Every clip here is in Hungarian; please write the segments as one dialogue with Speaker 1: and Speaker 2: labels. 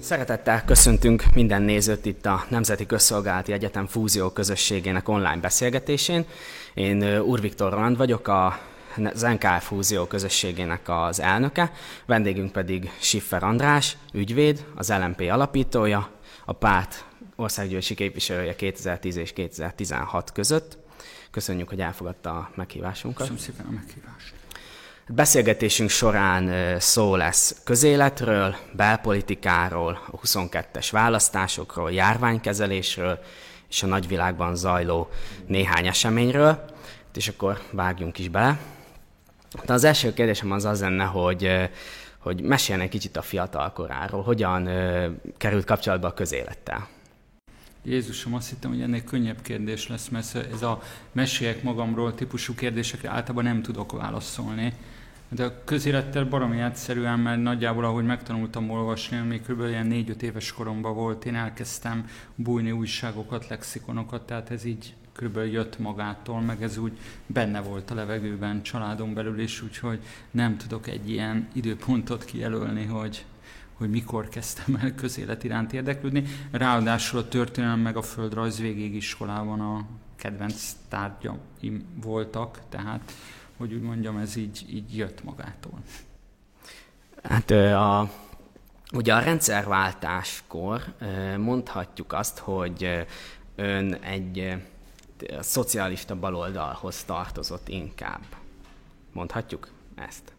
Speaker 1: Szeretettel köszöntünk minden nézőt itt a Nemzeti Közszolgálati Egyetem Fúzió Közösségének online beszélgetésén. Én Úr Viktor Roland vagyok, az NKF Fúzió Közösségének az elnöke, vendégünk pedig Schiffer András, ügyvéd, az LMP alapítója, a párt országgyűlési képviselője 2010 és 2016 között. Köszönjük, hogy elfogadta a meghívásunkat.
Speaker 2: Köszönöm szépen a meghívást.
Speaker 1: Beszélgetésünk során szó lesz közéletről, belpolitikáról, a 22-es választásokról, járványkezelésről és a nagyvilágban zajló néhány eseményről. És akkor vágjunk is bele. De az első kérdésem az lenne, hogy meséljen egy kicsit a fiatal koráról, hogyan került kapcsolatba a közélettel.
Speaker 2: Jézusom, azt hittem, hogy ennél könnyebb kérdés lesz, mert ez a meséljek magamról típusú kérdésekre általában nem tudok válaszolni. De a közélettel baromi egyszerűen, mert nagyjából ahogy megtanultam olvasni, még kb. 4-5 éves koromban volt, én elkezdtem bújni újságokat, lexikonokat, tehát ez így kb. Jött magától, meg ez úgy benne volt a levegőben családon belül is, úgyhogy nem tudok egy ilyen időpontot kijelölni, hogy mikor kezdtem el közélet iránt érdeklődni. Ráadásul a történelem meg a földrajz végégiskolában a kedvenc tárgyaim voltak, tehát, hogy úgy mondjam, ez így jött magától.
Speaker 1: Hát ugye a rendszerváltáskor mondhatjuk azt, hogy ön egy szocialista baloldalhoz tartozott inkább. Mondhatjuk ezt?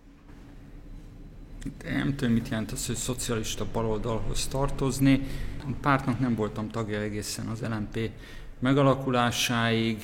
Speaker 2: Nem tudom, mit jelent az, hogy szocialista baloldalhoz tartozni. A pártnak nem voltam tagja egészen az LMP megalakulásáig.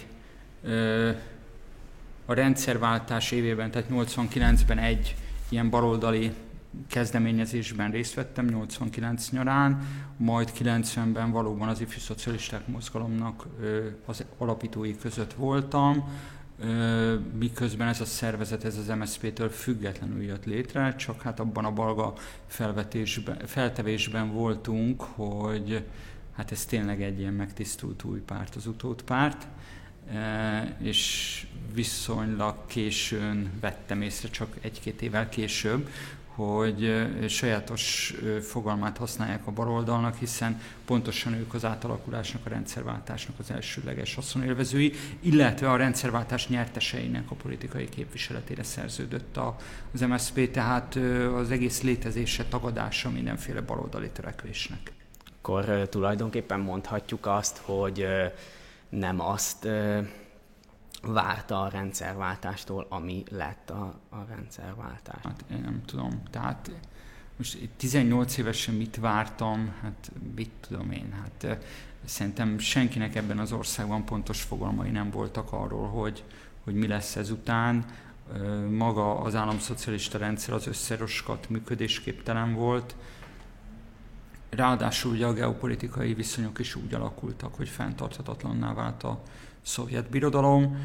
Speaker 2: A rendszerváltás évében, tehát 89-ben egy ilyen baloldali kezdeményezésben részt vettem, 89 nyarán, majd 90-ben valóban az ifjú szocialisták mozgalomnak az alapítói között voltam, miközben ez a szervezet, ez az MSZP-től függetlenül jött létre, csak hát abban a balga feltevésben voltunk, hogy hát ez tényleg egy ilyen megtisztult új párt, az utódpárt, és viszonylag későn vettem észre, csak 1-2 évvel később, hogy sajátos fogalmát használják a baloldalnak, hiszen pontosan ők az átalakulásnak, a rendszerváltásnak az elsődleges haszonélvezői, illetve a rendszerváltás nyerteseinek a politikai képviseletére szerződött az MSZP, tehát az egész létezése, tagadása mindenféle baloldali törekvésnek.
Speaker 1: Akkor tulajdonképpen mondhatjuk azt, hogy nem azt várta a rendszerváltástól, ami lett a rendszerváltás.
Speaker 2: Hát én nem tudom. Tehát most 18 évesen mit vártam, hát mit tudom én, hát szerintem senkinek ebben az országban pontos fogalmai nem voltak arról, hogy mi lesz ezután. Maga az államszocialista rendszer az összeroskadt, működésképtelen volt. Ráadásul ugye a geopolitikai viszonyok is úgy alakultak, hogy fenntarthatatlanná vált a szovjet birodalom.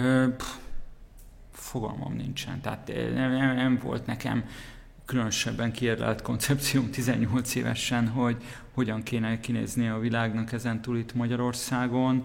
Speaker 2: Fogalmam nincsen. Tehát nem volt nekem különösebben kiérlelt koncepcióm 18 évesen, hogy hogyan kéne kinézni a világnak ezen túl itt Magyarországon.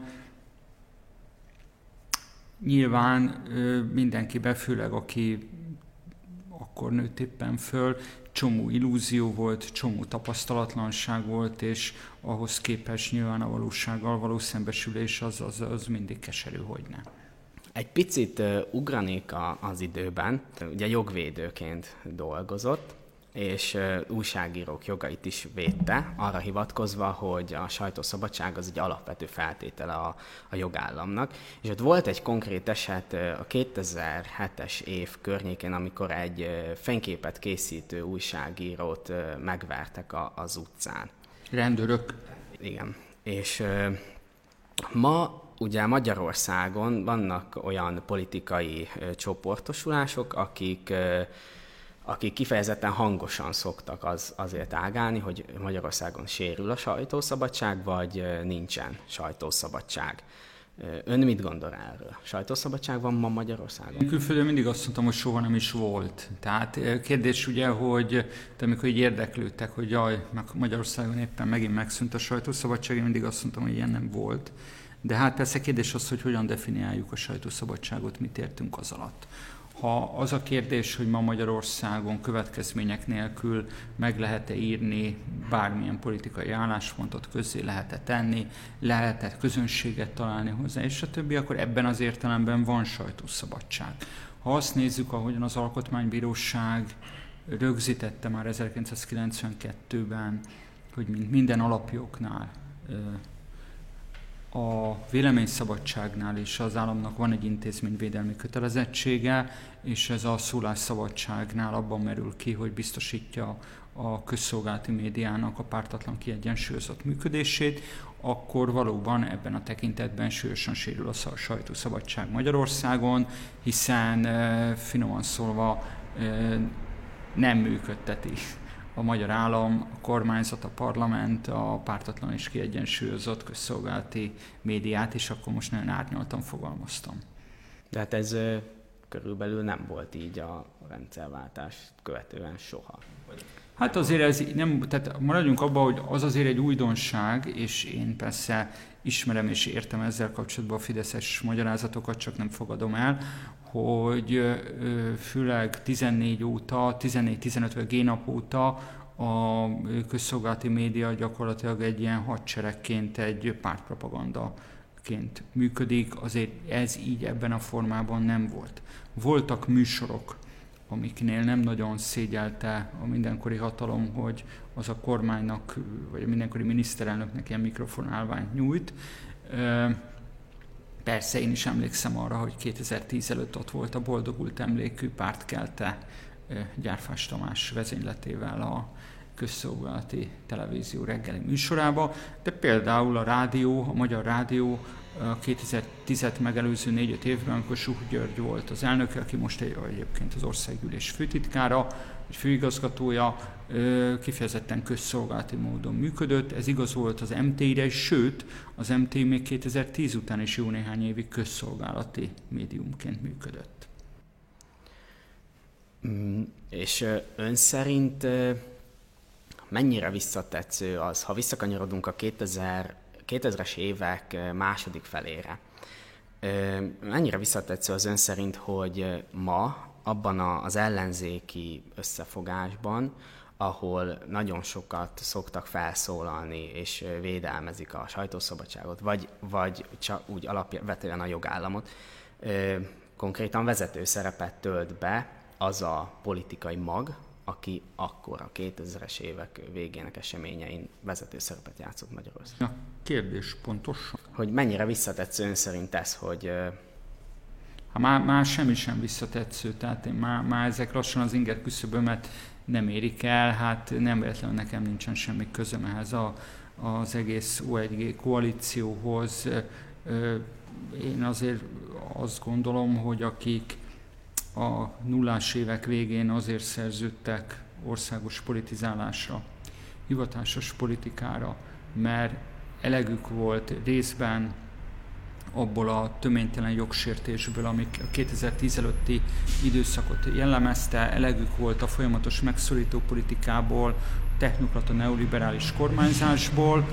Speaker 2: Nyilván mindenkiben, főleg aki akkor nőtt éppen föl, csomó illúzió volt, csomó tapasztalatlanság volt, és ahhoz képest nyilván a valósággal való szembesülés az mindig keserű, hogy nem.
Speaker 1: Egy picit ugranék az időben, ugye jogvédőként dolgozott, és újságírók jogait is védte, arra hivatkozva, hogy a sajtószabadság az egy alapvető feltétele a jogállamnak. És ott volt egy konkrét eset a 2007-es év környékén, amikor egy fényképet készítő újságírót megvertek az utcán.
Speaker 2: Rendőrök.
Speaker 1: Igen. És ma ugye Magyarországon vannak olyan politikai csoportosulások, akik kifejezetten hangosan szoktak azért ágálni, hogy Magyarországon sérül a sajtószabadság, vagy nincsen sajtószabadság. Ön mit gondol erről? Sajtószabadság van ma Magyarországon?
Speaker 2: Külföldön mindig azt mondtam, hogy soha nem is volt. Tehát kérdés ugye, hogy amikor így érdeklődtek, hogy jaj, Magyarországon éppen megint megszűnt a sajtószabadság, én mindig azt mondtam, hogy ilyen nem volt. De hát persze kérdés az, hogy hogyan definiáljuk a sajtószabadságot, mit értünk az alatt. ha az a kérdés, hogy ma Magyarországon következmények nélkül meg lehet-e írni bármilyen politikai álláspontot, közzé lehet-e tenni, lehet-e közönséget találni hozzá, és a többi, akkor ebben az értelemben van sajtószabadság. Ha azt nézzük, ahogyan az Alkotmánybíróság rögzítette már 1992-ben, hogy minden alapjognál, a véleményszabadságnál is az államnak van egy intézményvédelmi kötelezettsége, és ez a szólásszabadságnál abban merül ki, hogy biztosítja a közszolgálati médiának a pártatlan kiegyensúlyozott működését, akkor valóban ebben a tekintetben súlyosan sérül a sajtószabadság Magyarországon, hiszen finoman szólva nem működteti a magyar állam, a kormányzat, a parlament, a pártatlan és kiegyensúlyozott közszolgálati médiát, és akkor most nagyon árnyaltan fogalmaztam.
Speaker 1: De hát ez körülbelül nem volt így a rendszerváltást követően soha.
Speaker 2: Hát azért ez nem, tehát maradjunk abban, hogy az azért egy újdonság, és én persze ismerem és értem ezzel kapcsolatban a fideszes magyarázatokat, csak nem fogadom el, hogy főleg 14 óta, 14-15 vagy G-nap óta a közszolgálati média gyakorlatilag egy ilyen hadseregként, egy pártpropagandaként működik, azért ez így ebben a formában nem volt. Voltak műsorok, amiknél nem nagyon szégyelte a mindenkori hatalom, hogy az a kormánynak, vagy a mindenkori miniszterelnöknek ilyen mikrofonálványt nyújt. Persze én is emlékszem arra, hogy 2010 előtt ott volt a boldogult emlékű Pártkelte Gyárfás Tamás vezényletével a közszolgálati televízió reggeli műsorába, de például a rádió, a Magyar Rádió 2010-et megelőző 4-5 évben, amikor Suh György volt az elnöke, aki most egyébként az országgyűlés főtitkára, vagy főigazgatója, kifejezetten közszolgálati módon működött. Ez igaz volt az MT-re, sőt, az MT még 2010 után is jó néhány évig közszolgálati médiumként működött.
Speaker 1: És ön szerint mennyire visszatetsző az, ha visszakanyarodunk a 2000-es évek második felére, mennyire visszatetsző az ön szerint, hogy ma abban az ellenzéki összefogásban, ahol nagyon sokat szoktak felszólalni és védelmezik a sajtószabadságot, vagy csak úgy alapvetően a jogállamot, konkrétan vezető szerepet tölt be az a politikai mag, aki akkor a 2000-es évek végének eseményein vezető szerepet játszott Magyarországon.
Speaker 2: A kérdés pontosan.
Speaker 1: Hogy mennyire visszatetsző ön szerint ez, hogy...
Speaker 2: Már semmi sem visszatetsző, tehát én már ezek lassan az inger küszöbömet nem érik el, hát nem véletlenül nekem nincsen semmi közöm ehhez az egész O1G koalícióhoz. Én azért azt gondolom, hogy akik a nullás évek végén azért szerződtek országos politizálásra, hivatásos politikára, mert elegük volt részben abból a töménytelen jogsértésből, amik a 2010 előtti időszakot jellemezte, elegük volt a folyamatos megszorító politikából, technokrata neoliberális kormányzásból.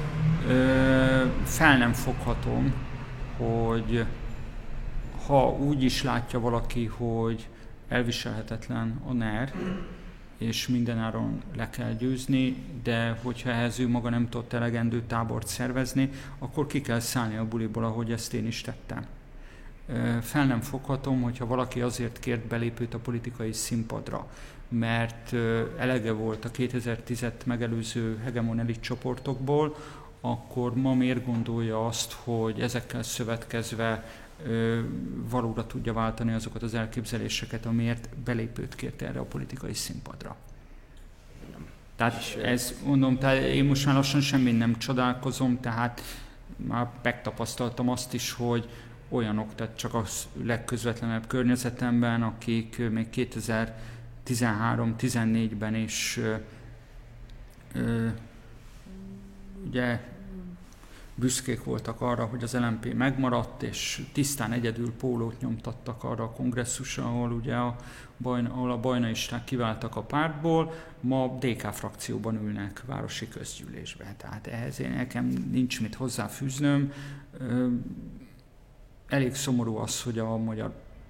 Speaker 2: Fel nem foghatom, hogy ha úgy is látja valaki, hogy elviselhetetlen a NER, és mindenáron le kell győzni, de hogyha ehhez ő maga nem tudott elegendő tábort szervezni, akkor ki kell szállni a buliból, ahogy ezt én is tettem. Fel nem foghatom, hogyha valaki azért kért belépőt a politikai színpadra, mert elege volt a 2010-et megelőző hegemon elit csoportokból, akkor ma miért gondolja azt, hogy ezekkel szövetkezve valóra tudja váltani azokat az elképzeléseket, amiért belépőt kért erre a politikai színpadra. Tehát ez, mondom, én most már lassan semmin nem csodálkozom, tehát már megtapasztaltam azt is, hogy olyanok, tehát csak a legközvetlenebb környezetemben, akik még 2013-14-ben is ugye büszkék voltak arra, hogy az LMP megmaradt, és tisztán egyedül pólót nyomtattak arra a kongresszusra, ahol ugye ahol a bajnaisták kiváltak a pártból, ma DK frakcióban ülnek városi közgyűlésbe. Tehát ehhez nekem nincs mit hozzáfűznöm. Elég szomorú az, hogy a magyar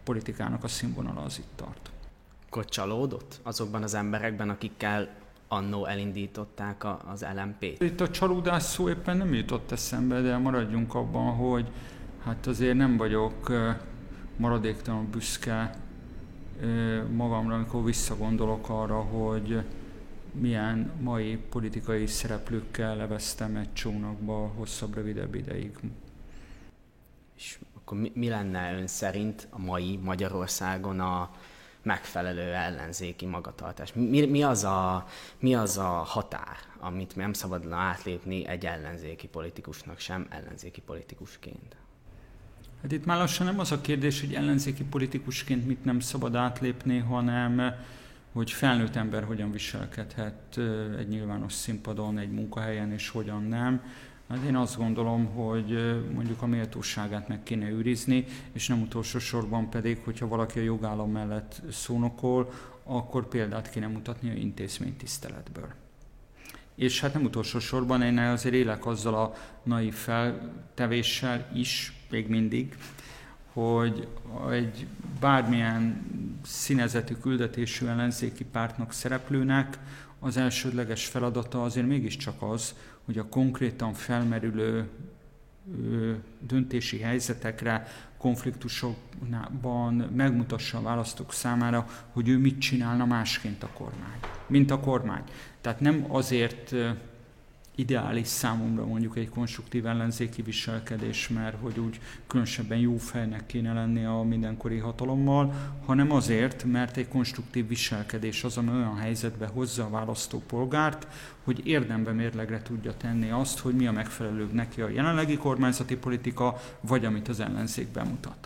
Speaker 2: politikának a színvonala az itt tart.
Speaker 1: Akkor csalódott azokban az emberekben, akikkel annó elindították az LMP-t?
Speaker 2: Itt a csalódás szó éppen nem jutott eszembe, de maradjunk abban, hogy hát azért nem vagyok maradéktalan büszke magamra, amikor visszagondolok arra, hogy milyen mai politikai szereplőkkel leveztem egy csónakba hosszabb, rövidebb ideig.
Speaker 1: És akkor mi lenne ön szerint a mai Magyarországon a megfelelő ellenzéki magatartás? Mi az a határ, amit nem szabadna átlépni egy ellenzéki politikusnak sem ellenzéki politikusként?
Speaker 2: Hát itt már lassan nem az a kérdés, hogy ellenzéki politikusként mit nem szabad átlépni, hanem hogy felnőtt ember hogyan viselkedhet egy nyilvános színpadon, egy munkahelyen, és hogyan nem. Hát én azt gondolom, hogy mondjuk a méltóságát meg kéne őrizni, és nem utolsó sorban pedig, hogyha valaki a jogállam mellett szónokol, akkor példát kéne mutatni a intézménytiszteletből. És hát nem utolsó sorban én azért élek azzal a naív feltevéssel is, még mindig, hogy egy bármilyen színezetű küldetésű ellenzéki pártnak, szereplőnek az elsődleges feladata azért mégiscsak az, hogy a konkrétan felmerülő döntési helyzetekre, konfliktusokban megmutassa a választók számára, hogy ő mit csinálna másként mint a kormány. Tehát nem azért ideális számomra mondjuk egy konstruktív ellenzéki viselkedés, mert hogy úgy különösebben jó fejnek kéne lenni a mindenkori hatalommal, hanem azért, mert egy konstruktív viselkedés az, ami olyan helyzetbe hozza a választópolgárt, hogy érdemben mérlegre tudja tenni azt, hogy mi a megfelelőbb neki a jelenlegi kormányzati politika, vagy amit az ellenzék bemutat.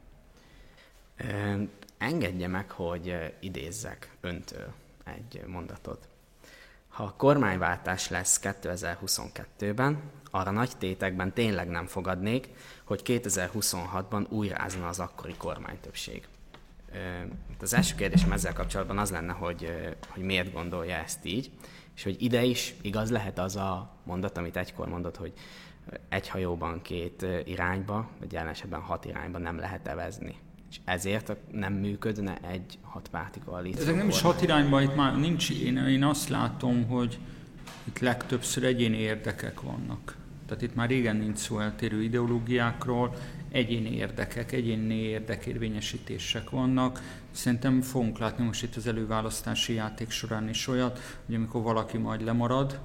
Speaker 1: Engedje meg, hogy idézzek öntől egy mondatot. Ha kormányváltás lesz 2022-ben, arra nagy tétekben tényleg nem fogadnék, hogy 2026-ban újrázna az akkori kormánytöbbség. Az első kérdésem ezzel kapcsolatban az lenne, hogy miért gondolja ezt így, és hogy ide is igaz lehet az a mondat, amit egykor mondott, hogy egy hajóban 2 irányba, vagy jelen esetben 6 irányba nem lehet evezni. És ezért nem működne egy 6 párti koalíció.
Speaker 2: Ezek nem is 6 irányba, itt már nincs, én azt látom, hogy itt legtöbbször egyéni érdekek vannak. Tehát itt már régen nincs szó eltérő ideológiákról, egyéni érdekek, egyéni érdekérvényesítések vannak. Szerintem fogunk látni most itt az előválasztási játék során is olyat, hogy amikor valaki majd lemarad,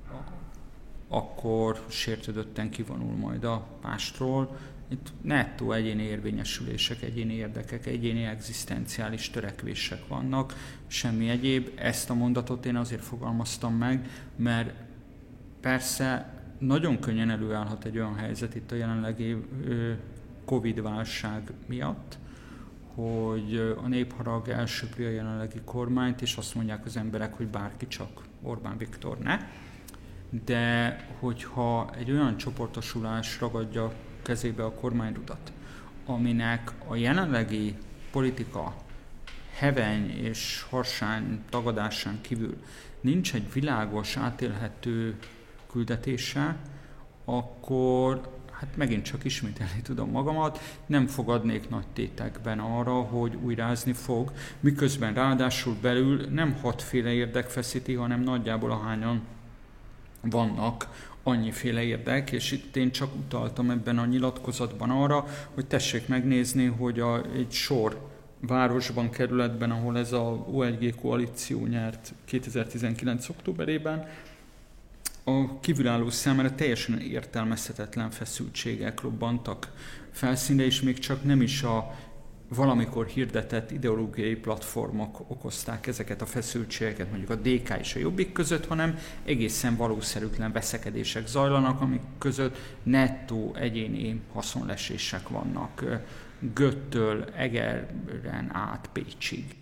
Speaker 2: akkor sértődötten kivonul majd a pástról. Itt nettó egyéni érvényesülések, egyéni érdekek, egyéni egzisztenciális törekvések vannak, semmi egyéb. Ezt a mondatot én azért fogalmaztam meg, mert persze nagyon könnyen előállhat egy olyan helyzet itt a jelenlegi Covid-válság miatt, hogy a népharag elsöpri a jelenlegi kormányt, és azt mondják az emberek, hogy bárki, csak Orbán Viktor ne. De hogyha egy olyan csoportosulás ragadja kezébe a kormányrudat, aminek a jelenlegi politika heveny és harsány tagadásán kívül nincs egy világos, átélhető küldetése, akkor hát megint csak ismételni tudom magamat, nem fogadnék nagy tétekben arra, hogy újrázni fog, miközben ráadásul belül nem 6 féle érdek feszíti, hanem nagyjából ahányan vannak annyiféle érdek, és itt én csak utaltam ebben a nyilatkozatban arra, hogy tessék megnézni, hogy egy sor városban, kerületben, ahol ez a OLG koalíció nyert 2019. októberében, a kívülálló számára teljesen értelmezhetetlen feszültségek robbantak felszínre, és még csak nem is a valamikor hirdetett ideológiai platformok okozták ezeket a feszültségeket, mondjuk a DK és a Jobbik között, hanem egészen valószerűtlen veszekedések zajlanak, amik között nettó egyéni haszonlesések vannak Göttől Egeren át Pécsig.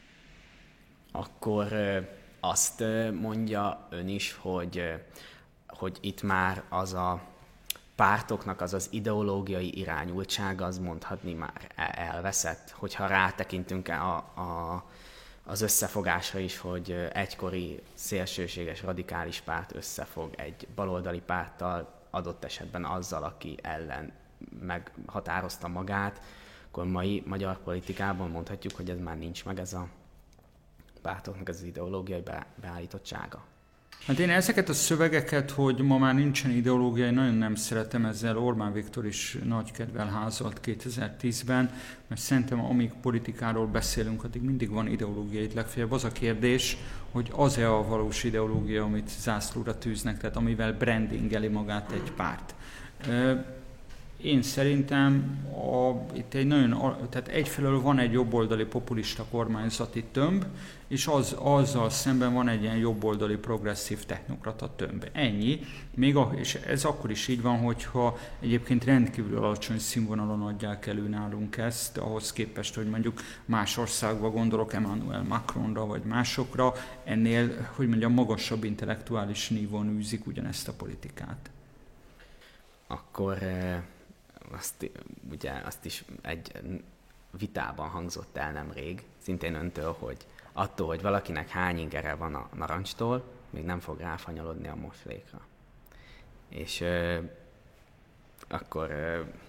Speaker 1: Akkor azt mondja ön is, hogy itt már az a pártoknak az ideológiai irányultsága, az mondhatni már elveszett, hogyha rátekintünk az összefogásra is, hogy egykori szélsőséges, radikális párt összefog egy baloldali párttal, adott esetben azzal, aki ellen meghatározta magát, akkor mai magyar politikában mondhatjuk, hogy ez már nincs meg, ez a pártoknak az ideológiai beállítottsága.
Speaker 2: Hát én ezeket a szövegeket, hogy ma már nincsen ideológia, nagyon nem szeretem, ezzel Orbán Viktor is nagy kedvel házalt 2010-ben, mert szerintem amíg politikáról beszélünk, addig mindig van ideológia. Itt legfeljebb az a kérdés, hogy az-e a valós ideológia, amit zászlóra tűznek, tehát amivel brandingeli magát egy párt. Én szerintem itt tehát egyfelől van egy jobboldali populista kormányzati tömb, és azzal szemben van egy ilyen jobboldali progresszív technokrata tömb. Ennyi. És ez akkor is így van, hogyha egyébként rendkívül alacsony színvonalon adják elő nálunk ezt, ahhoz képest, hogy mondjuk más országban gondolok, Emmanuel Macronra vagy másokra, ennél, hogy mondjam, magasabb intellektuális nívón űzik ugyanezt a politikát.
Speaker 1: Akkor azt is egy vitában hangzott el nemrég, szintén öntől, hogy attól, hogy valakinek hány ingere van a narancstól, még nem fog ráfanyalodni a moslékra. És akkor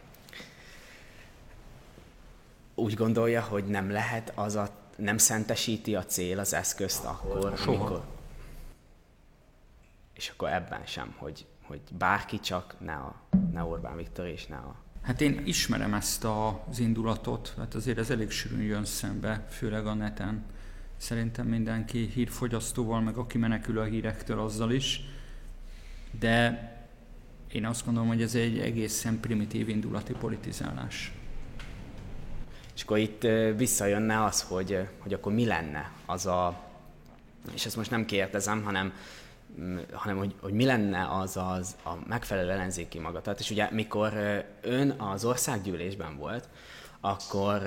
Speaker 1: úgy gondolja, hogy nem lehet nem szentesíti a cél az eszközt akkor, amikor... És akkor ebben sem, hogy bárki, csak ne Orbán Viktor és ne a...
Speaker 2: Hát én ismerem ezt az indulatot, hát azért ez elég sűrűn jön szembe, főleg a neten. Szerintem mindenki hírfogyasztóval, meg aki menekül a hírektől, azzal is. De én azt gondolom, hogy ez egy egészen primitív indulati politizálás.
Speaker 1: És akkor itt visszajönne az, hogy akkor mi lenne az a... És ezt most nem kérdezem, hanem hogy mi lenne az a megfelelő ellenzéki magatartás. És ugye mikor ön az országgyűlésben volt, akkor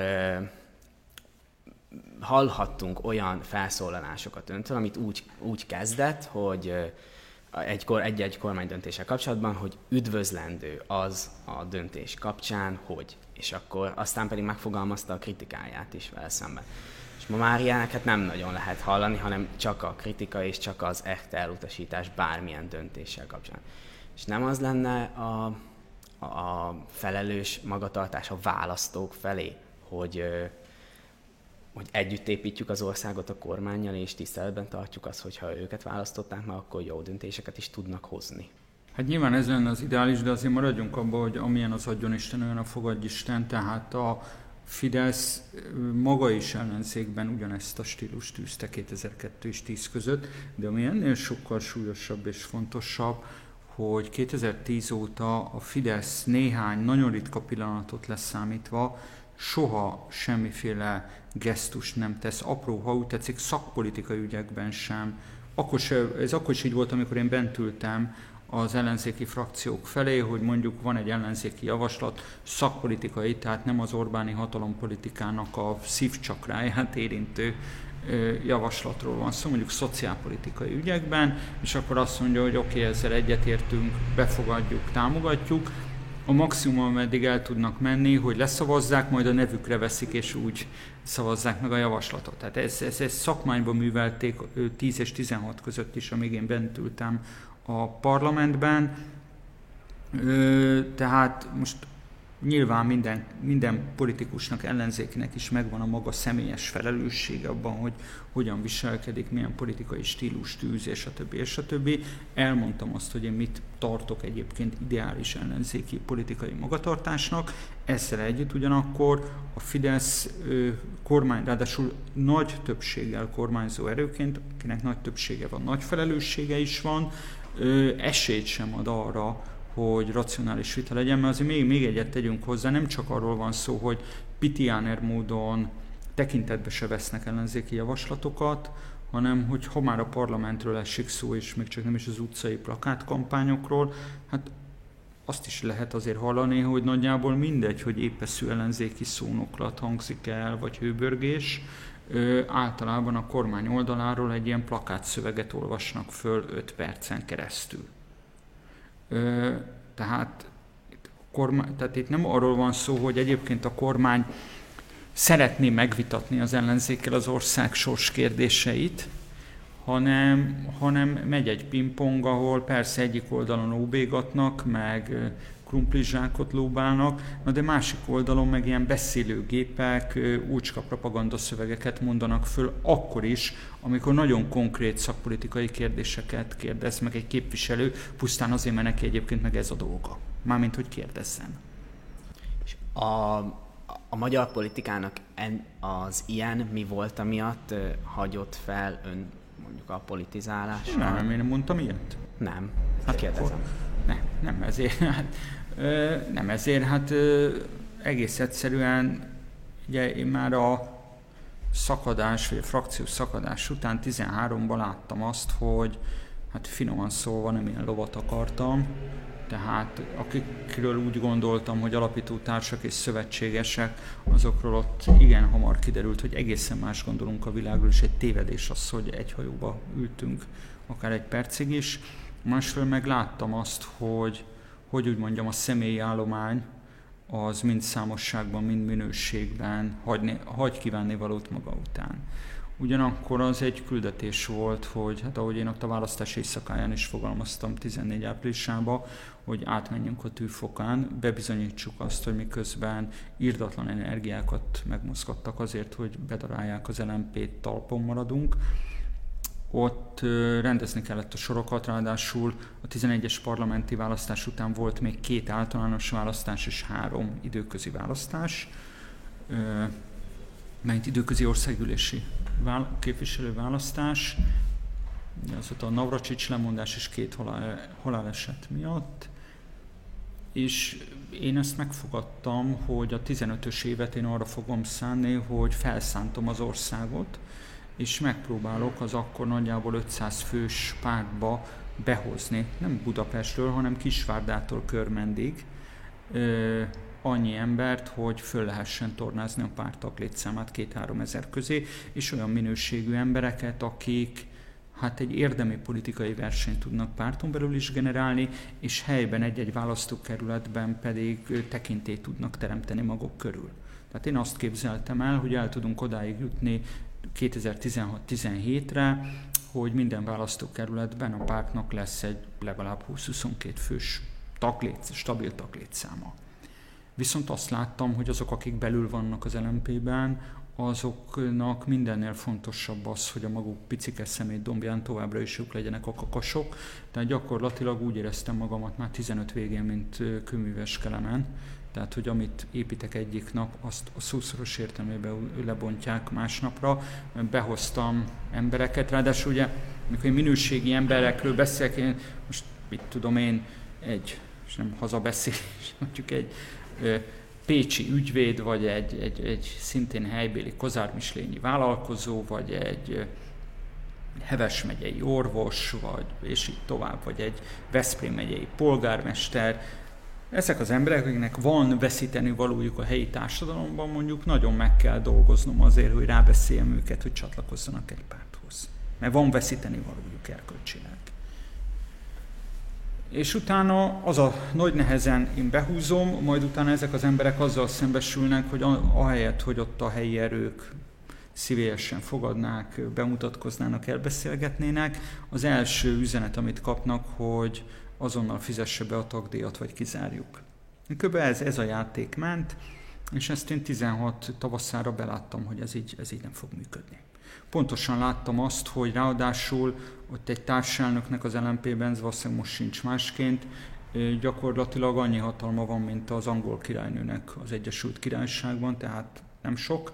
Speaker 1: hallhattunk olyan felszólalásokat öntől, amit úgy kezdett, hogy egy-egy kormánydöntéssel kapcsolatban, hogy üdvözlendő az a döntés kapcsán, hogy, és akkor aztán pedig megfogalmazta a kritikáját is vele szemben. És ma már ilyeneket nem nagyon lehet hallani, hanem csak a kritika és csak az echt elutasítás bármilyen döntéssel kapcsolatban. És nem az lenne a felelős magatartás a választók felé, hogy együtt építjük az országot a kormánnyal, és tiszteletben tartjuk azt, hogyha őket választották, mert akkor jó döntéseket is tudnak hozni.
Speaker 2: Hát nyilván ez lenne az ideális, de azért maradjunk abban, hogy amilyen az adjon Isten, olyan a fogadj Isten, tehát a Fidesz maga is ellenzékben ugyanezt a stílust tűzte 2002 és 10 között, de ami ennél sokkal súlyosabb és fontosabb, hogy 2010 óta a Fidesz néhány nagyon ritka pillanatot leszámítva soha semmiféle gesztust nem tesz, apró, ha úgy tetszik, szakpolitikai ügyekben sem. Ez akkor is így volt, amikor én bent ültem az ellenzéki frakciók felé, hogy mondjuk van egy ellenzéki javaslat, szakpolitikai, tehát nem az Orbáni hatalompolitikának a szívcsakráját érintő javaslatról van szó, mondjuk szociálpolitikai ügyekben, és akkor azt mondja, hogy oké, ezzel egyetértünk, befogadjuk, támogatjuk. A maximum, ameddig el tudnak menni, hogy leszavazzák, majd a nevükre veszik, és úgy szavazzák meg a javaslatot. Tehát ezt szakmányban művelték 10 és 16 között is, amíg én bent ültem a parlamentben. Tehát most nyilván minden politikusnak, ellenzékinek is megvan a maga személyes felelőssége abban, hogy hogyan viselkedik, milyen politikai stílust űz, és a többi, és a többi. Elmondtam azt, hogy én mit tartok egyébként ideális ellenzéki politikai magatartásnak. Ezzel együtt ugyanakkor a Fidesz kormány, ráadásul nagy többséggel kormányzó erőként, akinek nagy többsége van, nagy felelőssége is van, esélyt sem ad arra, hogy racionális vita legyen, mert azért még egyet tegyünk hozzá, nem csak arról van szó, hogy pitiáner módon tekintetbe se vesznek ellenzéki javaslatokat, hanem hogy ha már a parlamentről esik szó, és még csak nem is az utcai plakátkampányokról, hát azt is lehet azért hallani, hogy nagyjából mindegy, hogy épeszű ellenzéki szónoklat hangzik el, vagy hőbörgés, általában a kormány oldaláról egy ilyen plakátszöveget olvasnak föl 5 percen keresztül. Tehát itt nem arról van szó, hogy egyébként a kormány szeretné megvitatni az ellenzékkel az ország sors kérdéseit, hanem megy egy pingpong, ahol persze egyik oldalon óbégatnak, meg krumplizsákot lóbálnak, na de másik oldalon meg ilyen beszélőgépek, úcska propagandaszövegeket mondanak föl akkor is, amikor nagyon konkrét szakpolitikai kérdéseket kérdez meg egy képviselő, pusztán azért, mert neki egyébként meg ez a dolga. Mármint, hogy kérdezzen.
Speaker 1: A magyar politikának az ilyen mi volt, amiatt hagyott fel ön mondjuk a politizálásra?
Speaker 2: Nem, én nem mondtam ilyet.
Speaker 1: Nem. Hát kérdezem.
Speaker 2: Nem ezért. Egész egyszerűen ugye én már a szakadás, vagy a frakciós szakadás után 13-ban láttam azt, hogy hát finoman szólva nem ilyen lovat akartam, tehát akikről úgy gondoltam, hogy alapító társak és szövetségesek, azokról ott igen hamar kiderült, hogy egészen más gondolunk a világról, és egy tévedés az, hogy egy hajóba ültünk akár egy percig is. Másfelől meg láttam azt, hogy úgy mondjam, a személyi állomány az mind számosságban, mind minőségben hagy kívánni valót maga után. Ugyanakkor az egy küldetés volt, hogy hát ahogy én ott a választás éjszakáján is fogalmaztam 14 áprilisában, hogy átmenjünk a tűfokán, bebizonyítsuk azt, hogy miközben irdatlan energiákat megmozgattak azért, hogy bedarálják az LMP-t, talpon maradunk. Ott rendezni kellett a sorokat, ráadásul a 11-es parlamenti választás után volt még 2 általános választás és 3 időközi választás, mert időközi országgyűlési képviselőválasztás, az ott a Navracsics lemondás és 2 haláleset miatt, és én ezt megfogadtam, hogy a 15-ös évet én arra fogom szánni, hogy felszántom az országot, és megpróbálok az akkor nagyjából 500 fős pártba behozni, nem Budapestről, hanem Kisvárdától Körmendig annyi embert, hogy föl lehessen tornázni a párttag létszámát 2-3 ezer közé, és olyan minőségű embereket, akik hát egy érdemi politikai versenyt tudnak párton belül is generálni, és helyben egy-egy választókerületben pedig tekintélyt tudnak teremteni maguk körül. Tehát én azt képzeltem el, hogy el tudunk odáig jutni 2016-17-re, hogy minden választókerületben a pártnak lesz egy legalább 20-22 fős stabil taglétszáma. Viszont azt láttam, hogy azok, akik belül vannak az LMP-ben, azoknak mindennél fontosabb az, hogy a maguk picike szemétdombján továbbra is ők legyenek a kakasok. Tehát gyakorlatilag úgy éreztem magamat már 15 végén, mint kőműves Kelemen. Tehát, hogy amit építek egyik nap, azt a szószoros értelmében lebontják másnapra. Behoztam embereket, ráadásul ugye, amikor én minőségi emberekről beszélek, én most mit tudom én, és nem hazabeszélés, mondjuk egy pécsi ügyvéd, vagy egy szintén helybéli kozármislényi vállalkozó, vagy egy Heves megyei orvos, és így tovább, vagy egy Veszprém megyei polgármester. Ezek az emberek, akiknek van veszíteni valójuk a helyi társadalomban, mondjuk nagyon meg kell dolgoznom azért, hogy rábeszéljem őket, hogy csatlakozzanak egy párthoz. Mert van veszíteni valójuk erkölcsileg. És utána az a nagy nehezen én behúzom, majd utána ezek az emberek azzal szembesülnek, hogy ahelyett, hogy ott a helyi erők szívélyesen fogadnák, bemutatkoznának, elbeszélgetnének, az első üzenet, amit kapnak, hogy azonnal fizesse be a tagdíjat, vagy kizárjuk. Körülbelül ez a játék ment, és ezt én 16 tavaszára beláttam, hogy ez így nem fog működni. Pontosan láttam azt, hogy ráadásul ott egy társelnöknek az LMP-ben, ez valószínűleg most sincs másként, gyakorlatilag annyi hatalma van, mint az angol királynőnek az Egyesült Királyságban, tehát nem sok.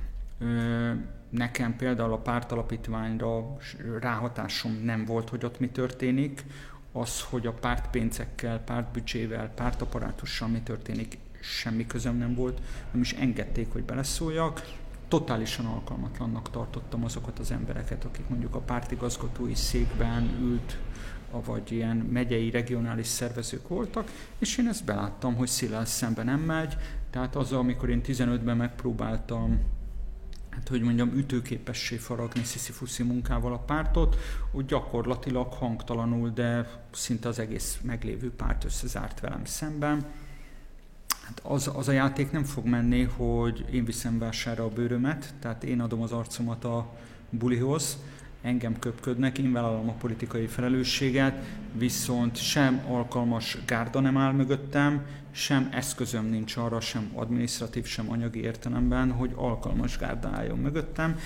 Speaker 2: Nekem például a pártalapítványra ráhatásom nem volt, hogy ott mi történik. Az, hogy a pártpénzekkel, pártbüdzsével, pártaparátussal mi történik, semmi közöm nem volt. Nem is engedték, hogy beleszóljak. Totálisan alkalmatlannak tartottam azokat az embereket, akik mondjuk a pártigazgatói székben ült, vagy ilyen megyei, regionális szervezők voltak, és én ezt beláttam, hogy széllel szembe nem megy. Tehát azzal, amikor én 15-ben megpróbáltam ütőképessé faragni sziszifuszi munkával a pártot, úgy gyakorlatilag hangtalanul, de szinte az egész meglévő párt összezárt velem szemben. Hát az a játék nem fog menni, hogy én viszem vásárra a bőrömet, tehát én adom az arcomat a bulihoz. engem köpködnek, én vállalom a politikai felelősséget, viszont sem alkalmas gárda nem áll mögöttem, sem eszközöm nincs arra, sem adminisztratív, sem anyagi értelemben, hogy alkalmas gárda álljon mögöttem.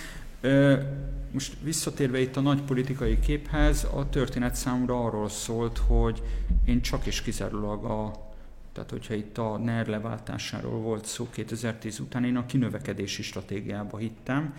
Speaker 2: Most visszatérve itt a nagy politikai képhez, a történet számomra arról szólt, hogy én csak és kizárólag tehát hogyha itt a NER leváltásáról volt szó 2010 után, én a kinövekedési stratégiába hittem.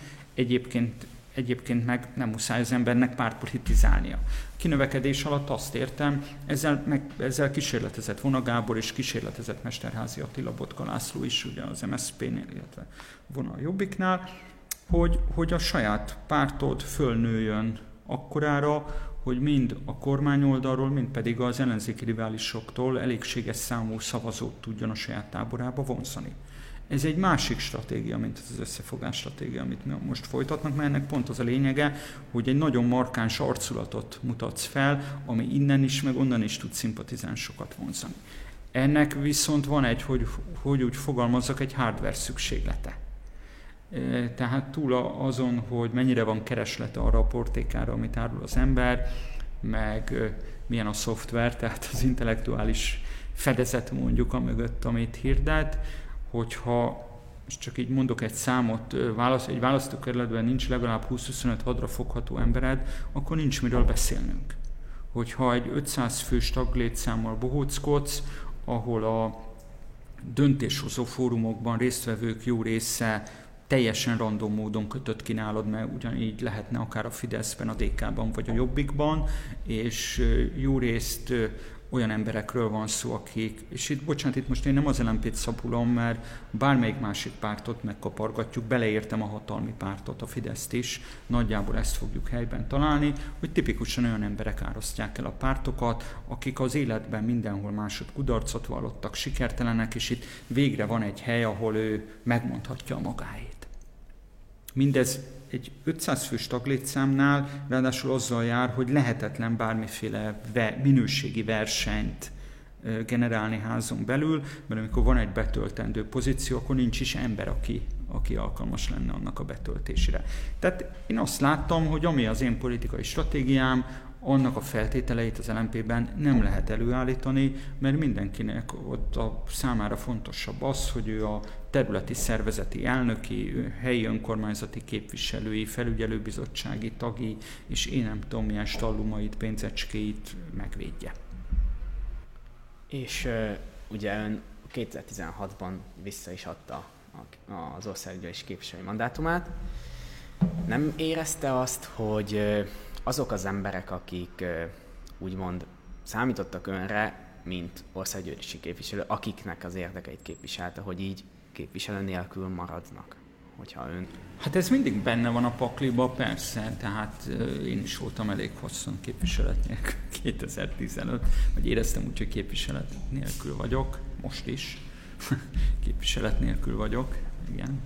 Speaker 2: Egyébként meg nem muszáj az embernek pártpolitizálnia. A kinövekedés alatt azt értem, ezzel kísérletezett Vona Gábor és kísérletezett Mesterházy Attila, Botka László is, ugye az MSZP-nél, illetve Vona a Jobbiknál, hogy a saját pártod fölnőjön akkorára, hogy mind a kormányoldalról, mind pedig az ellenzéki riválisoktól elégséges számú szavazót tudjon a saját táborába vonzani. Ez egy másik stratégia, mint az összefogás stratégia, amit most folytatnak, mert ennek pont az a lényege, hogy egy nagyon markáns arculatot mutatsz fel, ami innen is, meg onnan is tud szimpatizánsokat vonzani. Ennek viszont van egy, hogy úgy fogalmazzak, egy hardware szükséglete. Tehát túl azon, hogy mennyire van kereslete arra a portékára, amit árul az ember, meg milyen a szoftver, tehát az intellektuális fedezet mondjuk amögött, amit hirdet, hogyha most csak így mondok egy számot, egy választókerületben nincs legalább 20-25 hadra fogható embered, akkor nincs miről beszélnünk. Hogyha egy 500 fős taglétszámmal bohóckodsz, ahol a döntéshozó fórumokban résztvevők jó része teljesen random módon kötött kínálod, mert ugyanígy lehetne akár a Fideszben, a DK-ban vagy a Jobbikban, és jó részt olyan emberekről van szó, akik, és itt most én nem az LMP-t szabulom, mert bármelyik másik pártot megkapargatjuk, beleértem a hatalmi pártot, a Fideszt is, nagyjából ezt fogjuk helyben találni, hogy tipikusan olyan emberek árasztják el a pártokat, akik az életben mindenhol másod kudarcot vallottak, sikertelenek, és itt végre van egy hely, ahol ő megmondhatja a magáét. Mindez egy 500 fős taglétszámnál ráadásul azzal jár, hogy lehetetlen bármiféle minőségi versenyt generálni házon belül, mert amikor van egy betöltendő pozíció, akkor nincs is ember, aki alkalmas lenne annak a betöltésére. Tehát én azt láttam, hogy ami az én politikai stratégiám, annak a feltételeit az LMP-ben nem lehet előállítani, mert mindenkinek ott a számára fontosabb az, hogy ő a területi szervezeti elnöki, helyi önkormányzati képviselői, felügyelőbizottsági tagi, és én nem tudom milyen stallumait, pénzecskéit megvédje.
Speaker 1: És ugye ön 2016-ban vissza is adta az országgyűlési képviselői mandátumát. Nem érezte azt, hogy azok az emberek, akik úgymond számítottak önre, mint országgyűlési képviselő, akiknek az érdekeit képviselte, hogy így képviselő nélkül maradnak, hogyha ön...
Speaker 2: Hát ez mindig benne van a pakliba, persze, tehát én is voltam elég hosszan képviselet nélkül 2015, vagy éreztem úgy, hogy képviselet nélkül vagyok, most is képviselet nélkül vagyok, igen.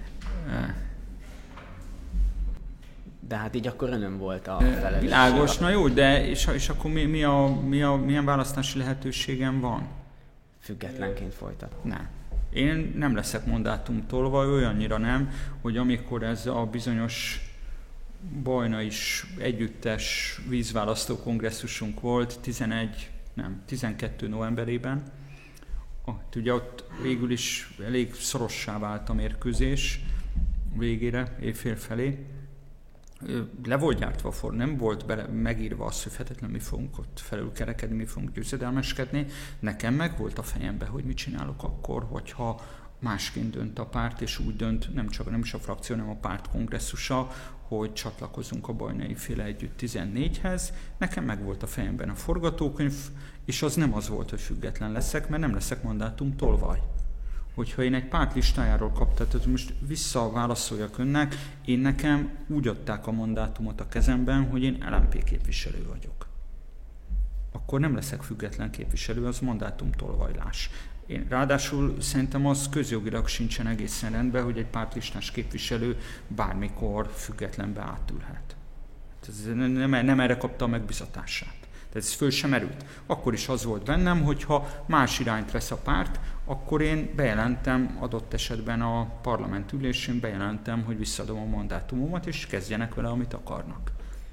Speaker 1: De hát így akkor önön volt a felelősség.
Speaker 2: Világos, na jó, de és akkor milyen választási lehetőségem van?
Speaker 1: Függetlenként folytat.
Speaker 2: Nem. Én nem leszek mandátumtolva, olyannyira nem, hogy amikor ez a bizonyos Bajnai együttes vízválasztó kongresszusunk volt 12 novemberében, ugye ott végül is elég szorossá vált a mérkőzés végére, éjfél felé. Le volt gyártva nem volt megírva az, hogy feltétlenül mi fogunk ott felülkerekedni, mi fogunk győzedelmeskedni. Nekem meg volt a fejemben, hogy mit csinálok akkor, hogyha másként dönt a párt, és úgy dönt, nem is a frakció, hanem a párt kongresszusa, hogy csatlakozunk a Bajnai féle együtt 14-hez. Nekem meg volt a fejemben a forgatókönyv, és az nem az volt, hogy független leszek, mert nem leszek mandátumtolvaj. Hogyha én egy párt listájáról kaptam, tehát most visszaválaszoljak önnek, én nekem úgy adták a mandátumot a kezemben, hogy én LMP képviselő vagyok. Akkor nem leszek független képviselő, az mandátumtolvajlás. Én ráadásul szerintem az közjogilag sincsen egészen rendben, hogy egy pártlistás képviselő bármikor függetlenbe átülhet. Nem erre kapta a megbizatását. Tehát ez föl sem merült. Akkor is az volt bennem, hogyha más irányt vesz a párt, akkor én bejelentem, adott esetben a parlament ülésén bejelentem, hogy visszadom a mandátumomat, és kezdjenek vele, amit akarnak.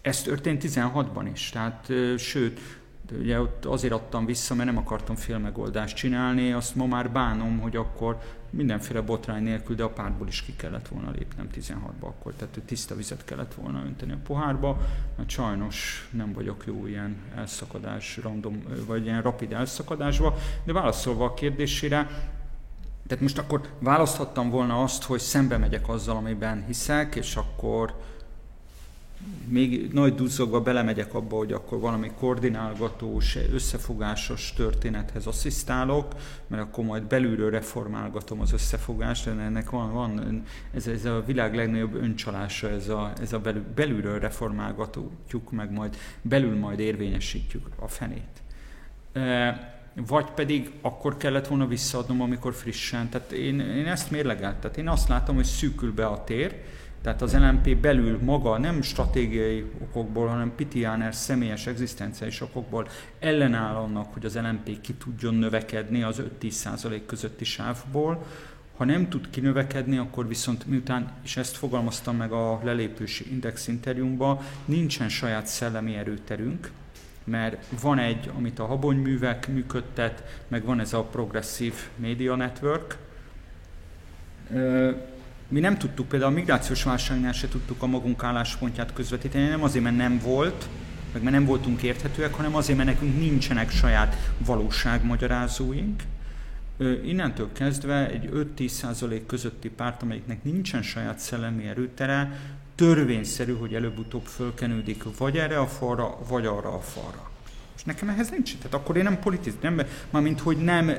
Speaker 2: Ez történt 16-ban is, tehát sőt, ugye ott azért adtam vissza, mert nem akartam félmegoldást csinálni, azt ma már bánom, hogy akkor mindenféle botrány nélkül, de a pártból is ki kellett volna lépnem 16-ba akkor, tehát tiszta vizet kellett volna önteni a pohárba, mert sajnos nem vagyok jó ilyen elszakadás, random, vagy ilyen rapid elszakadásba, de válaszolva a kérdésére, tehát most akkor választhattam volna azt, hogy szembe megyek azzal, amiben hiszek, és akkor még nagy duzzogva belemegyek abba, hogy akkor valami koordinálgatós, összefogásos történethez asszisztálok, mert akkor majd belülről reformálgatom az összefogást, ennek van ez a világ legnagyobb öncsalása, ez a belülről reformálgatjuk, meg majd belül majd érvényesítjük a fenét. Vagy pedig akkor kellett volna visszaadnom, amikor frissen. Tehát én ezt mérlegeltem. Tehát én azt látom, hogy szűkül be a tér, tehát az LMP belül maga nem stratégiai okokból, hanem Pitiáner személyes egzisztenciális okokból ellenáll annak, hogy az LMP ki tudjon növekedni az 5-10% közötti sávból. Ha nem tud kinövekedni, akkor viszont miután, és ezt fogalmaztam meg a lelépősi index interjúmban, nincsen saját szellemi erőterünk, mert van egy, amit a Habonyművek működtet, meg van ez a Progressive Media Network. Mi nem tudtuk, például a migrációs válságnál se tudtuk a magunk álláspontját közvetíteni, nem azért, mert nem volt, meg mert nem voltunk érthetőek, hanem azért, mert nekünk nincsenek saját valóságmagyarázóink. Innentől kezdve egy 5-10% közötti párt, amelyiknek nincsen saját szellemi erőtere, törvényszerű, hogy előbb-utóbb fölkenődik vagy erre a falra, vagy arra a falra. És nekem ehhez nincs. Tehát akkor én nem politizálok, mármint hogy nem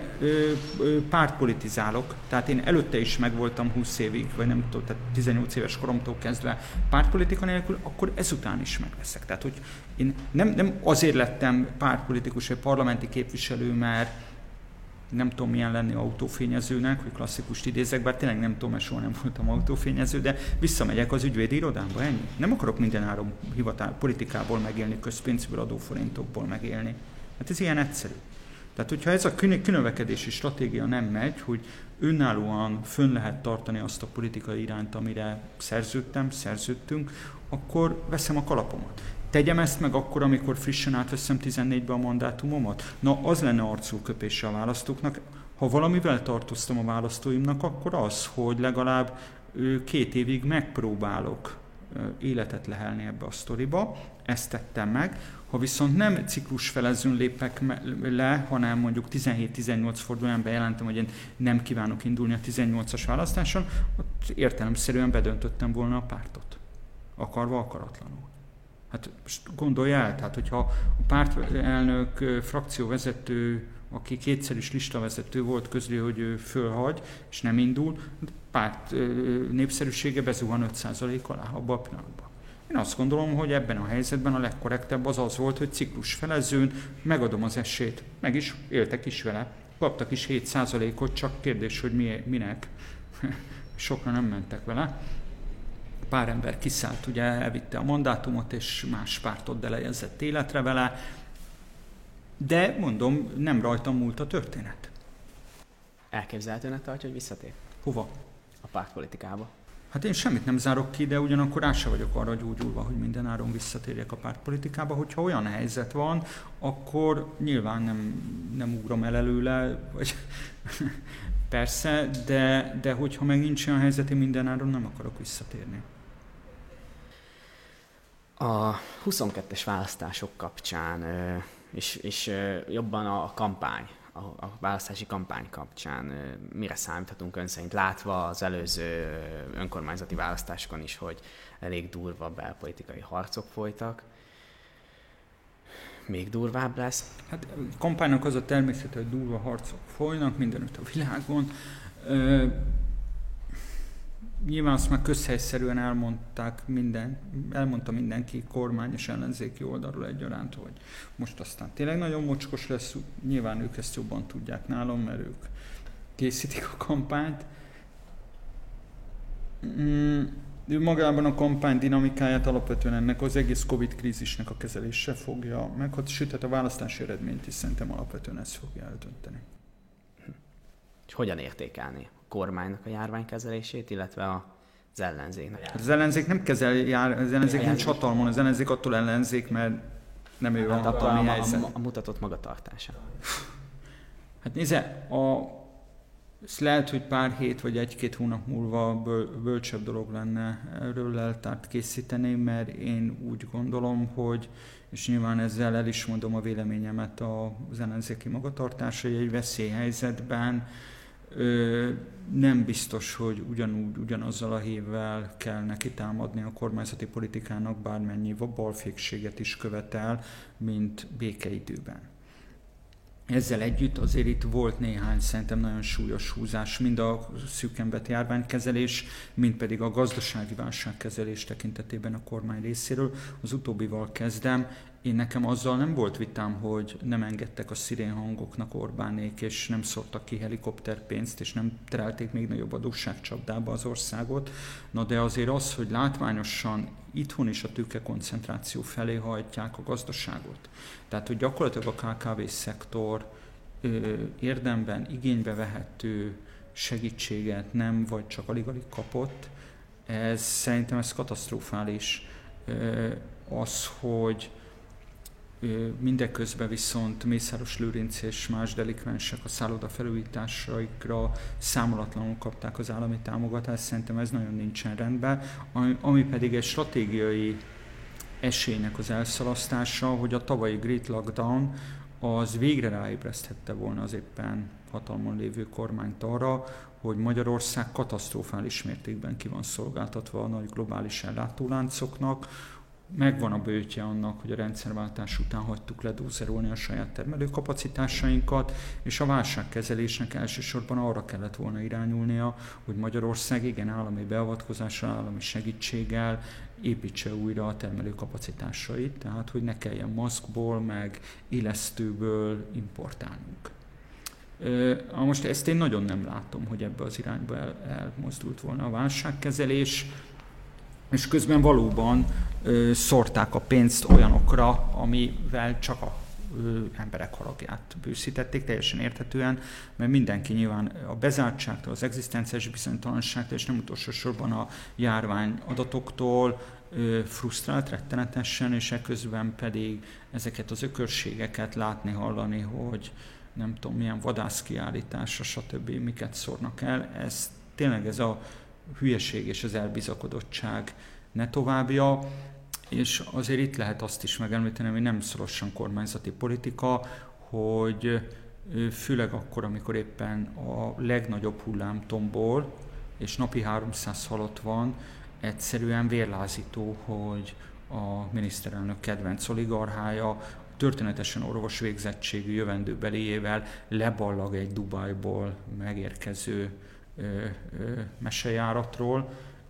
Speaker 2: pártpolitizálok. Tehát én előtte is megvoltam 20 évig, vagy nem tudom, tehát 18 éves koromtól kezdve pártpolitika nélkül, akkor ezután is megveszek. Tehát, hogy én nem azért lettem pártpolitikus, vagy parlamenti képviselő, mert nem tudom milyen lenni autófényezőnek, hogy klasszikust idézek, bár tényleg nem tudom, mert soha nem voltam autófényező, de visszamegyek az ügyvédi irodámba, ennyi. Nem akarok mindenáron politikából megélni, közpénzből, adóforintokból megélni. Hát ez ilyen egyszerű. Tehát, hogyha ez a kinövekedési stratégia nem megy, hogy önállóan fönn lehet tartani azt a politikai irányt, amire szerződtünk, akkor veszem a kalapomat. Tegyem ezt meg akkor, amikor frissen átveszem 14-be a mandátumomat? Na, az lenne arculköpése a választóknak. Ha valamivel tartoztam a választóimnak, akkor az, hogy legalább 2 évig megpróbálok életet lehelni ebbe a sztoriba. Ezt tettem meg. Ha viszont nem ciklusfelezőn lépek le, hanem mondjuk 17-18 fordulóján bejelentem, hogy én nem kívánok indulni a 18-as választáson, ott értelemszerűen bedöntöttem volna a pártot. Akarva, akaratlanul. Hát most gondolj el, tehát hogyha a pártelnök, frakcióvezető, aki 2-szer is listavezető volt, közli, hogy ő fölhagy, és nem indul, párt népszerűsége bezuhan 5% alá abban a pillanatban. Én azt gondolom, hogy ebben a helyzetben a legkorrektebb az volt, hogy ciklusfelezőn megadom az esélyt. Meg is éltek is vele. Kaptak is 7%-ot, csak kérdés, hogy minek. Sokra nem mentek vele. Pár ember kiszállt, ugye elvitte a mandátumot, és más pártot delejezett életre vele, de mondom, nem rajtam múlt a történet.
Speaker 1: Elképzelhetőnek tartja, hogy visszatér?
Speaker 2: Hova?
Speaker 1: A pártpolitikába.
Speaker 2: Hát én semmit nem zárok ki, de ugyanakkor rá se vagyok arra gyógyulva, hogy minden áron visszatérjek a pártpolitikába. Hogyha olyan helyzet van, akkor nyilván nem ugrom el előle, vagy persze, de hogyha meg nincs olyan helyzet, én minden áron nem akarok visszatérni.
Speaker 1: A 22-es választások kapcsán, és jobban a kampány, a választási kampány kapcsán mire számíthatunk ön szerint, látva az előző önkormányzati választásokon is, hogy elég durva belpolitikai harcok folytak. Még durvább lesz?
Speaker 2: Hát a kampánynak az a természete, hogy durva harcok folynak mindenütt a világon. Nyilván azt már közhelyszerűen elmondta mindenki kormány és ellenzéki oldalról egyaránt, hogy most aztán tényleg nagyon mocskos lesz, nyilván ők ezt jobban tudják nálam, mert ők készítik a kampányt. Magában a kampány dinamikáját alapvetően ennek az egész Covid krízisnek a kezelése fogja sőt, a választási eredményt is szerintem alapvetően ez fogja eldönteni.
Speaker 1: És hogyan értékelni a kormánynak a járványkezelését, illetve a az ellenzéknek.
Speaker 2: Az ellenzék nem az ellenzék nincs hatalmon, az ellenzék attól ellenzék, mert nem ő van hatalmi helyzet.
Speaker 1: A mutatott magatartása.
Speaker 2: Hát nézze, ez lehet, hogy pár hét vagy egy-két hónap múlva bölcsebb dolog lenne erről leltárt készíteni, mert én úgy gondolom, hogy, és nyilván ezzel el is mondom a véleményemet az ellenzéki magatartásai egy veszélyhelyzetben, nem biztos, hogy ugyanazzal a hívvel kell neki támadni a kormányzati politikának, bármennyi balfékséget is követel, mint békeidőben. Ezzel együtt azért itt volt néhány szerintem nagyon súlyos húzás, mind a szűkenvet járványkezelés, mind pedig a gazdasági válságkezelés tekintetében a kormány részéről. Az utóbbival kezdem. Nekem azzal nem volt vitám, hogy nem engedtek a szirénhangoknak Orbánék, és nem szórtak ki helikopterpénzt, és nem terelték még nagyobb adósságcsapdába az országot. Na de azért az, hogy látványosan itthon is a tőkekoncentráció felé hajtják a gazdaságot. Tehát, hogy gyakorlatilag a KKV-szektor érdemben igénybe vehető segítséget nem, vagy csak alig-alig kapott, szerintem ez katasztrofális. Az, hogy mindeközben viszont Mészáros Lőrinc és más delikvensek a szálloda felújításaikra számolatlanul kapták az állami támogatást, szerintem ez nagyon nincsen rendben, ami pedig egy stratégiai esélynek az elszalasztása, hogy a tavalyi Great Lockdown az végre ráébreszthette volna az éppen hatalmon lévő kormányt arra, hogy Magyarország katasztrofális mértékben ki van szolgáltatva a nagy globális ellátóláncoknak. Megvan a bőtje annak, hogy a rendszerváltás után hagytuk ledózerolni a saját termelőkapacitásainkat, és a válságkezelésnek elsősorban arra kellett volna irányulnia, hogy Magyarország igen állami beavatkozással, állami segítséggel építse újra a termelőkapacitásait, tehát hogy ne kelljen maszkból, meg élesztőből importálnunk. Most ezt én nagyon nem látom, hogy ebbe az irányba elmozdult volna a válságkezelés, és közben valóban szórták a pénzt olyanokra, amivel csak a emberek haragját bőszítették, teljesen érthetően, mert mindenki nyilván a bezártságtól, az egzisztenciális bizonytalanságtól, és nem utolsó sorban a járvány adatoktól frusztrált rettenetesen, és eközben pedig ezeket az ökörségeket látni, hallani, hogy nem tudom milyen vadászkiállításra, stb. Miket szórnak el. Ez tényleg ez a hülyeség és az elbizakodottság ne továbbja, és azért itt lehet azt is megemlíteni, hogy nem szorosan kormányzati politika, hogy főleg akkor, amikor éppen a legnagyobb hullám tombol, és napi 300 halott van, egyszerűen vérlázító, hogy a miniszterelnök kedvenc oligarchája történetesen orvosvégzettségű jövendőbeliével leballag egy Dubajból megérkező mesejáratról.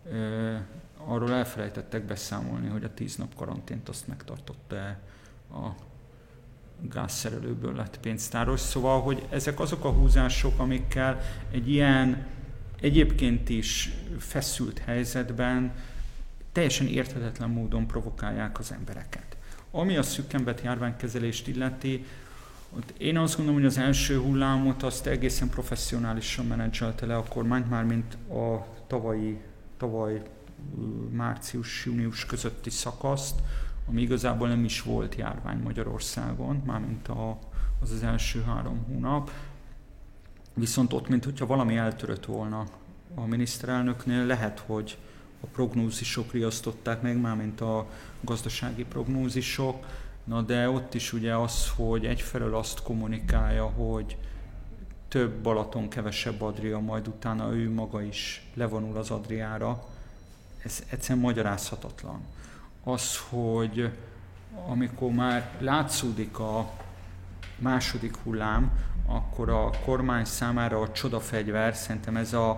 Speaker 2: Arról elfelejtettek beszámolni, hogy a 10 nap karantént azt megtartotta a gázszerelőből lett pénztáros. Szóval, hogy ezek azok a húzások, amikkel egy ilyen egyébként is feszült helyzetben teljesen érthetetlen módon provokálják az embereket. Ami a szűkenvet járványkezelést illeti, én azt gondolom, hogy az első hullámot azt egészen professzionálisan menedzselte le a kormány, mármint a tavaly március-június közötti szakaszt, ami igazából nem is volt járvány Magyarországon, mármint az első 3 hónap. Viszont ott, mintha valami eltörött volna a miniszterelnöknél, lehet, hogy a prognózisok riasztották meg, mármint a gazdasági prognózisok, na de ott is ugye az, hogy egyfelől azt kommunikálja, hogy több Balaton, kevesebb Adria, majd utána ő maga is levonul az Adriára, ez egyszerűen magyarázhatatlan. Az, hogy amikor már látszódik a második hullám, akkor a kormány számára a csodafegyver, szerintem ez a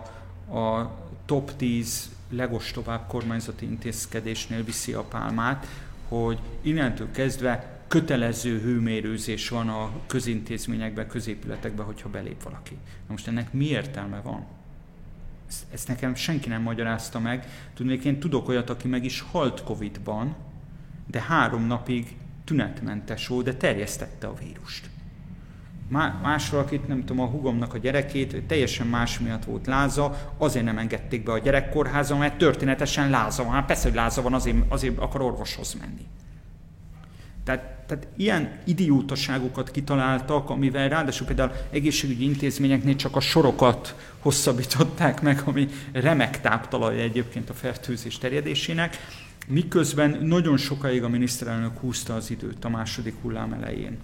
Speaker 2: top 10 legostobább kormányzati intézkedésnél viszi a pálmát, hogy innentől kezdve kötelező hőmérőzés van a közintézményekben, középületekben, hogyha belép valaki. Na most ennek mi értelme van? Ezt nekem senki nem magyarázta meg. Tudnék, én tudok olyat, aki meg is halt Covid-ban, de 3 napig tünetmentes volt, de terjesztette a vírust. Más valakit, nem tudom, a húgomnak a gyerekét, teljesen más miatt volt láza, azért nem engedték be a gyerekkórházba, mert történetesen láza van. Hát persze, hogy láza van, azért akar orvoshoz menni. Tehát ilyen idiótaságokat kitaláltak, amivel ráadásul például egészségügyi intézményeknél csak a sorokat hosszabbították meg, ami remek táptalaj egyébként a fertőzés terjedésének, miközben nagyon sokáig a miniszterelnök húzta az időt a második hullám elején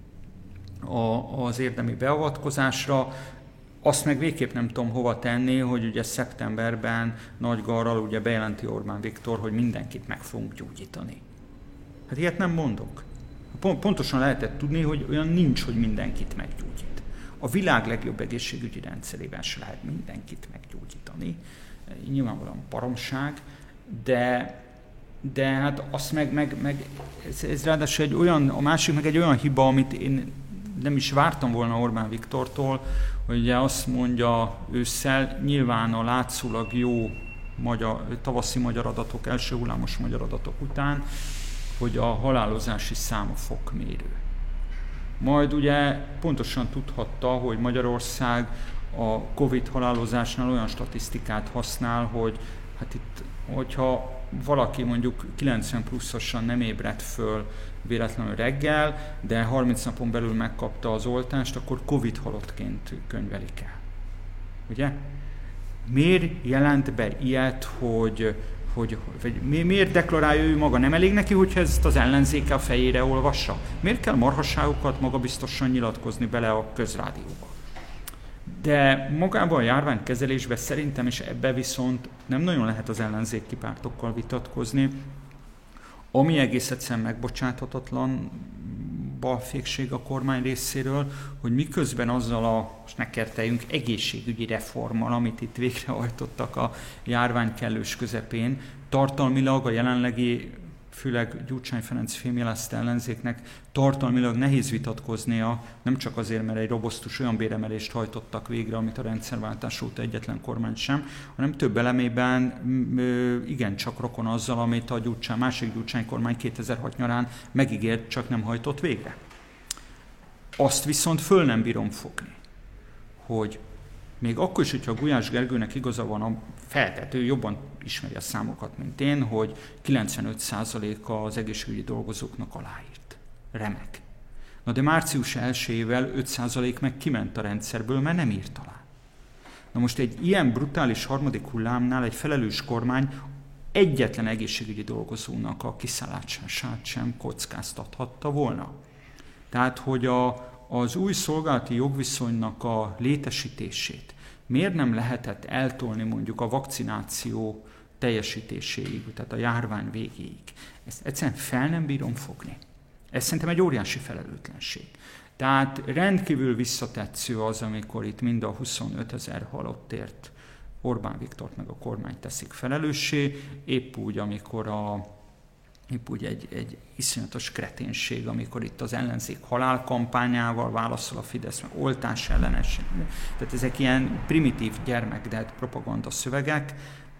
Speaker 2: az érdemi beavatkozásra. Azt meg végképp nem tudom hova tenni, hogy ugye szeptemberben nagy garral ugye bejelenti Orbán Viktor, hogy mindenkit meg fogunk gyógyítani. Hát ilyet nem mondok. Pontosan lehetett tudni, hogy olyan nincs, hogy mindenkit meggyógyít. A világ legjobb egészségügyi rendszerében se lehet mindenkit meggyógyítani. Nyilvánvalóan baromság, de hát azt meg ez ráadásul egy olyan, a másik meg egy olyan hiba, amit én nem is vártam volna Orbán Viktortól, hogy ugye azt mondja ősszel, nyilván a látszólag jó tavaszi magyar adatok, első hullámos magyar adatok után, hogy a halálozási szám a fokmérő. Majd ugye pontosan tudhatta, hogy Magyarország a Covid halálozásnál olyan statisztikát használ, hogy hát itt, hogyha valaki mondjuk 90 pluszosan nem ébredt föl véletlenül reggel, de 30 napon belül megkapta az oltást, akkor Covid halottként könyvelik el. Ugye? Miért jelent be ilyet, vagy miért deklarálja ő maga? Nem elég neki, hogyha ezt az ellenzéke a fejére olvassa? Miért kell marhasságokat magabiztosan nyilatkozni bele a közrádióba? De magában a járványkezelésben szerintem, és ebbe viszont nem nagyon lehet az ellenzéki pártokkal vitatkozni, ami egész egyszerűen megbocsáthatatlan balfékség a kormány részéről, hogy miközben azzal most ne kerteljünk, egészségügyi reformmal, amit itt végrehajtottak a járvány kellős közepén, tartalmilag a jelenlegi, főleg Gyurcsány Ferenc fémjelezte ellenzéknek tartalmilag nehéz vitatkoznia, nem csak azért, mert egy robosztus olyan béremelést hajtottak végre, amit a rendszerváltás óta egyetlen kormány sem, hanem több elemében igencsak rokon azzal, amit a másik Gyurcsány kormány 2006 nyarán megígért, csak nem hajtott végre. Azt viszont föl nem bírom fogni, hogy még akkor is, hogyha a Gulyás Gergőnek igaza van, feltehető, jobban ismeri a számokat, mint én, hogy 95%-a az egészségügyi dolgozóknak aláírt. Remek. Na de március 1-ével 5% meg kiment a rendszerből, mert nem írt alá. Na most egy ilyen brutális harmadik hullámnál egy felelős kormány egyetlen egészségügyi dolgozónak a kiszállását sem kockáztathatta volna. Tehát, hogy az új szolgálati jogviszonynak a létesítését miért nem lehetett eltolni mondjuk a vakcináció teljesítéséig, tehát a járvány végéig? Ezt egyszerűen fel nem bírom fogni. Ez szerintem egy óriási felelőtlenség. Tehát rendkívül visszatetsző az, amikor itt mind a 25 000 halottért Orbán Viktort meg a kormány teszik felelőssé, épp úgy, amikor egy iszonyatos kreténség, amikor itt az ellenzék halálkampányával válaszol a Fidesz, meg oltás ellenes. Tehát ezek ilyen primitív gyermekdelt propaganda szövegek.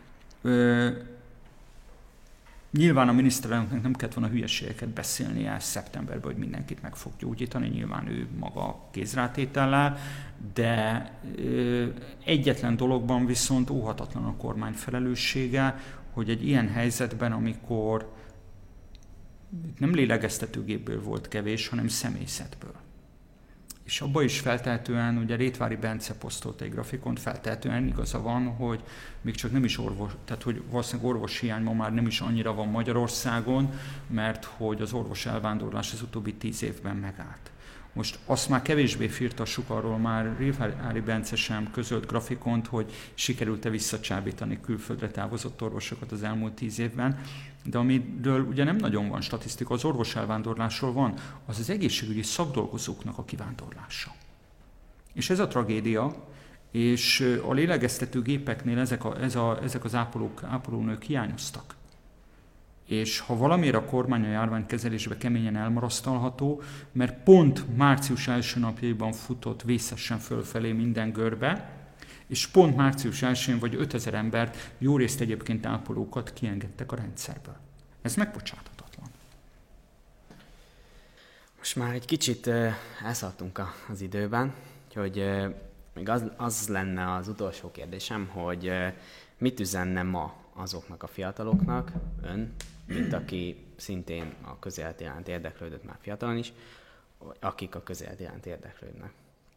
Speaker 2: Nyilván a miniszterelnöknek nem kellett volna hülyeségeket beszélnie szeptemberben, hogy mindenkit meg fog gyógyítani, nyilván ő maga kézrátétellel, de egyetlen dologban viszont óhatatlan a kormány felelőssége, hogy egy ilyen helyzetben, amikor nem lélegeztetőgépből volt kevés, hanem személyzetből. És abban is feltehetően, ugye Rétvári Bence posztolt egy grafikont, feltehetően igaza van, hogy még csak nem is tehát hogy valószínűleg orvoshiány ma már nem is annyira van Magyarországon, mert hogy az orvos elvándorlás az utóbbi 10 évben megállt. Most azt már kevésbé firtassuk, arról már Rétvári Bence sem közölt grafikont, hogy sikerült-e visszacsábítani külföldre távozott orvosokat az elmúlt 10 évben, de amiről ugye nem nagyon van statisztika, az orvos elvándorlásról van, az az egészségügyi szakdolgozóknak a kivándorlása. És ez a tragédia, és a lélegeztető gépeknél ezek az ápolónők hiányoztak. És ha valamiért a kormány a járványkezelésbe keményen elmarasztalható, mert pont március első napjaiban futott vészesen fölfelé minden görbe, és pont március 1-én vagy 5000 embert, jó részt egyébként ápolókat kiengedtek a rendszerből. Ez megbocsáthatatlan.
Speaker 1: Most már egy kicsit elszaladtunk az időben, úgyhogy még az lenne az utolsó kérdésem, hogy mit üzenne ma azoknak a fiataloknak, ön, mint aki szintén a közélet iránt érdeklődött már fiatalon is, akik a közélet iránt érdeklődnek?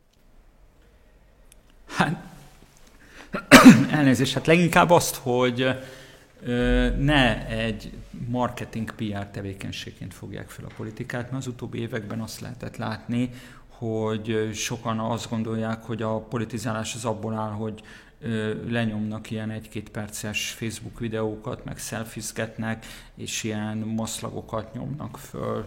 Speaker 2: Hát, elnézést, hát leginkább azt, hogy ne egy marketing PR tevékenységként fogják fel a politikát, mert az utóbbi években azt lehetett látni, hogy sokan azt gondolják, hogy a politizálás az abból áll, hogy lenyomnak ilyen 1-2 perces Facebook videókat, meg selfiezgetnek, és ilyen maszlagokat nyomnak föl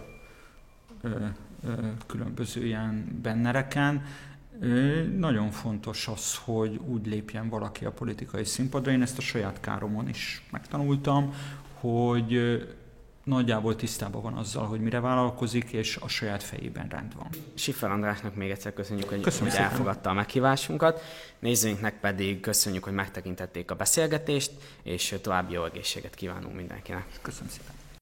Speaker 2: különböző ilyen bannereken. Nagyon fontos az, hogy úgy lépjen valaki a politikai színpadra. Én ezt a saját káromon is megtanultam, hogy nagyjából tisztában van azzal, hogy mire vállalkozik, és a saját fejében rend van.
Speaker 1: Schiffer Andrásnak még egyszer köszönjük, hogy
Speaker 2: szépen.
Speaker 1: Elfogadta a meghívásunkat. Nézőinknek pedig köszönjük, hogy megtekintették a beszélgetést, és további jó egészséget kívánunk mindenkinek.
Speaker 2: Köszönöm szépen.